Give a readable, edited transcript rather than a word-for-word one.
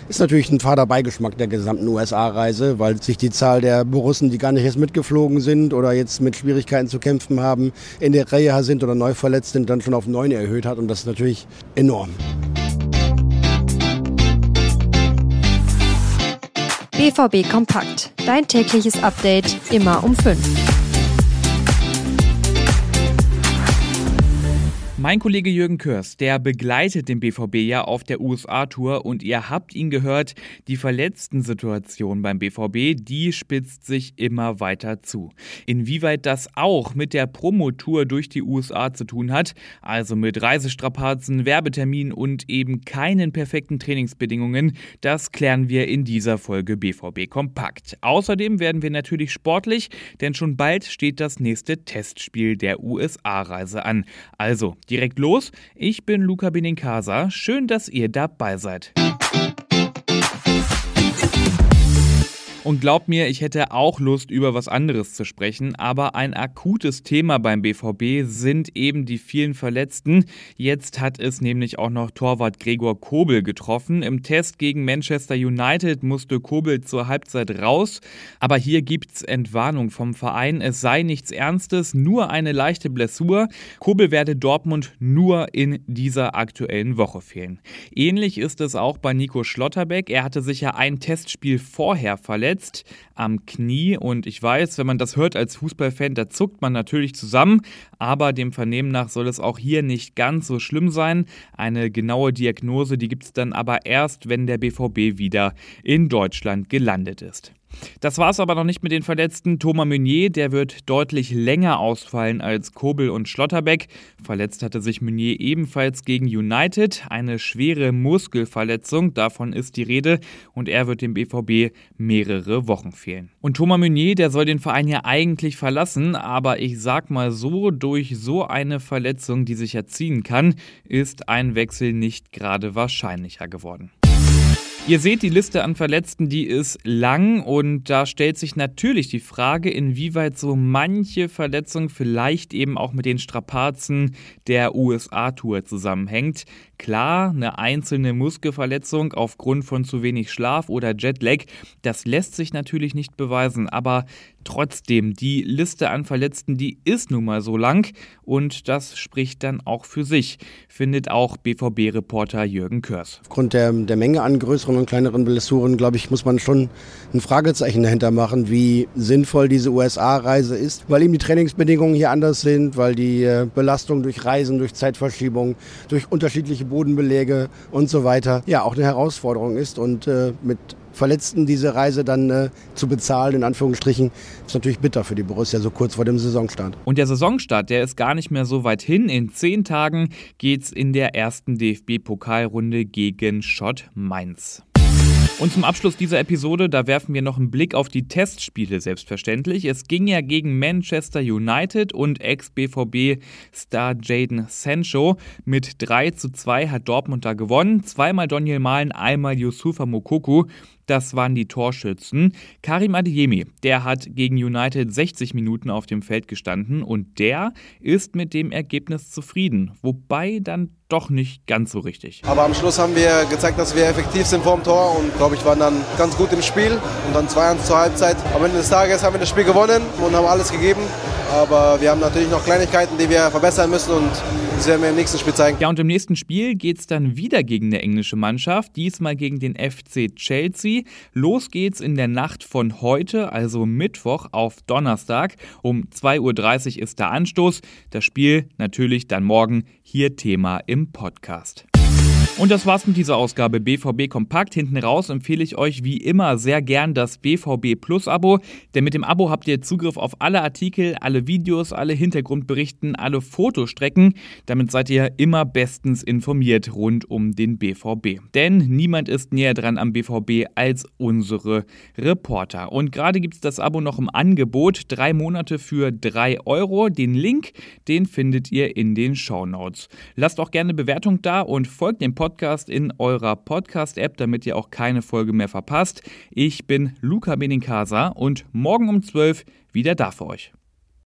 Ist natürlich ein fader Beigeschmack der gesamten USA-Reise, weil sich die Zahl der Borussen, die gar nicht erst mitgeflogen sind oder jetzt mit Schwierigkeiten zu kämpfen haben, in der Reha sind oder neu verletzt sind, dann schon auf 9 erhöht hat und das ist natürlich enorm. BVB Kompakt. Dein tägliches Update immer um 5. Mein Kollege Jürgen Körs, der begleitet den BVB ja auf der USA-Tour und ihr habt ihn gehört, die Verletzten-Situation beim BVB, die spitzt sich immer weiter zu. Inwieweit das auch mit der Promotour durch die USA zu tun hat, also mit Reisestrapazen, Werbeterminen und eben keinen perfekten Trainingsbedingungen, das klären wir in dieser Folge BVB Kompakt. Außerdem werden wir natürlich sportlich, denn schon bald steht das nächste Testspiel der USA-Reise an. Also, direkt los. Ich bin Luca Benincasa. Schön, dass ihr dabei seid. Und glaubt mir, ich hätte auch Lust, über was anderes zu sprechen, aber ein akutes Thema beim BVB sind eben die vielen Verletzten. Jetzt hat es nämlich auch noch Torwart Gregor Kobel getroffen. Im Test gegen Manchester United musste Kobel zur Halbzeit raus, aber hier gibt's Entwarnung vom Verein. Es sei nichts Ernstes, nur eine leichte Blessur. Kobel werde Dortmund nur in dieser aktuellen Woche fehlen. Ähnlich ist es auch bei Nico Schlotterbeck. Er hatte sich ja ein Testspiel vorher verletzt am Knie und ich weiß, wenn man das hört als Fußballfan, da zuckt man natürlich zusammen, aber dem Vernehmen nach soll es auch hier nicht ganz so schlimm sein. Eine genaue Diagnose, die gibt es dann aber erst, wenn der BVB wieder in Deutschland gelandet ist. Das war es aber noch nicht mit den Verletzten. Thomas Meunier, der wird deutlich länger ausfallen als Kobel und Schlotterbeck. Verletzt hatte sich Meunier ebenfalls gegen United. Eine schwere Muskelverletzung, davon ist die Rede. Und er wird dem BVB mehrere Wochen fehlen. Und Thomas Meunier, der soll den Verein ja eigentlich verlassen. Aber ich sag mal so, durch so eine Verletzung, die sich erziehen kann, ist ein Wechsel nicht gerade wahrscheinlicher geworden. Ihr seht, die Liste an Verletzten, die ist lang und da stellt sich natürlich die Frage, inwieweit so manche Verletzung vielleicht eben auch mit den Strapazen der USA-Tour zusammenhängt. Klar, eine einzelne Muskelverletzung aufgrund von zu wenig Schlaf oder Jetlag, das lässt sich natürlich nicht beweisen, aber trotzdem, die Liste an Verletzten, die ist nun mal so lang und das spricht dann auch für sich, findet auch BVB-Reporter Jürgen Körs. Aufgrund der Menge an größeren und kleineren Blessuren, glaube ich, muss man schon ein Fragezeichen dahinter machen, wie sinnvoll diese USA-Reise ist, weil eben die Trainingsbedingungen hier anders sind, weil die Belastung durch Reisen, durch Zeitverschiebung, durch unterschiedliche Bodenbeläge und so weiter ja auch eine Herausforderung ist und mit Verletzten diese Reise dann zu bezahlen, in Anführungsstrichen, ist natürlich bitter für die Borussia so kurz vor dem Saisonstart. Und der Saisonstart, der ist gar nicht mehr so weit hin. In 10 Tagen geht's in der ersten DFB-Pokalrunde gegen Schott Mainz. Und zum Abschluss dieser Episode, da werfen wir noch einen Blick auf die Testspiele selbstverständlich. Es ging ja gegen Manchester United und Ex-BVB-Star Jadon Sancho. Mit 3:2 hat Dortmund da gewonnen. Zweimal Daniel Mahlen, einmal Youssoufa Moukoko. Das waren die Torschützen. Karim Adeyemi, der hat gegen United 60 Minuten auf dem Feld gestanden und der ist mit dem Ergebnis zufrieden. Wobei dann doch nicht ganz so richtig. Aber am Schluss haben wir gezeigt, dass wir effektiv sind vorm Tor und glaube ich waren dann ganz gut im Spiel und dann 2-1 zur Halbzeit. Am Ende des Tages haben wir das Spiel gewonnen und haben alles gegeben. Aber wir haben natürlich noch Kleinigkeiten, die wir verbessern müssen und das werden wir im nächsten Spiel zeigen. Ja, und im nächsten Spiel geht es dann wieder gegen eine englische Mannschaft, diesmal gegen den FC Chelsea. Los geht's in der Nacht von heute, also Mittwoch auf Donnerstag. Um 2:30 Uhr ist der Anstoß. Das Spiel natürlich dann morgen hier Thema im Podcast. Und das war's mit dieser Ausgabe BVB Kompakt. Hinten raus empfehle ich euch wie immer sehr gern das BVB Plus Abo, denn mit dem Abo habt ihr Zugriff auf alle Artikel, alle Videos, alle Hintergrundberichten, alle Fotostrecken. Damit seid ihr immer bestens informiert rund um den BVB. Denn niemand ist näher dran am BVB als unsere Reporter. Und gerade gibt's das Abo noch im Angebot, 3 Monate für 3 €. Den Link, den findet ihr in den Shownotes. Lasst auch gerne Bewertung da und folgt dem Podcast in eurer Podcast-App, damit ihr auch keine Folge mehr verpasst. Ich bin Luca Benincasa und morgen um 12 wieder da für euch.